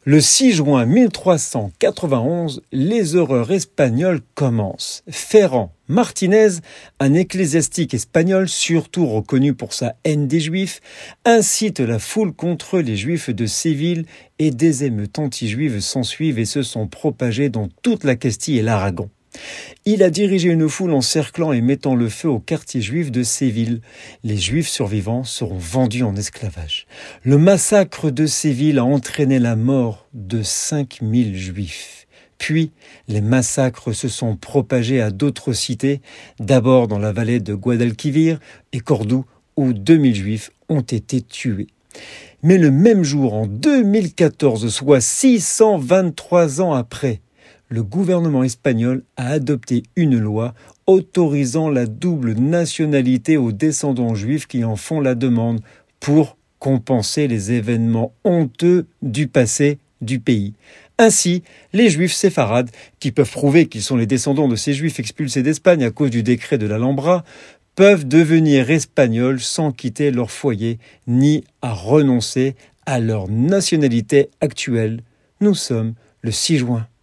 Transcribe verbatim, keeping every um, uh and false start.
Le six juin mille trois cent quatre-vingt-onze, les horreurs espagnoles commencent. Ferran Martinez, un ecclésiastique espagnol surtout reconnu pour sa haine des Juifs, incite la foule contre les Juifs de Séville et des émeutes anti-juives s'ensuivent et se sont propagées dans toute la Castille et l'Aragon. Il a dirigé une foule encerclant et mettant le feu au quartier juif de Séville. Les Juifs survivants seront vendus en esclavage. Le massacre de Séville a entraîné la mort de cinq mille Juifs. Puis, les massacres se sont propagés à d'autres cités, d'abord dans la vallée de Guadalquivir et Cordoue, où deux mille Juifs ont été tués. Mais le même jour, en deux mille quatorze, soit six cent vingt-trois ans après, le gouvernement espagnol a adopté une loi autorisant la double nationalité aux descendants juifs qui en font la demande pour compenser les événements honteux du passé du pays. Ainsi, les juifs séfarades, qui peuvent prouver qu'ils sont les descendants de ces juifs expulsés d'Espagne à cause du décret de l'Alhambra, peuvent devenir espagnols sans quitter leur foyer ni à renoncer à leur nationalité actuelle. Nous sommes le six juin.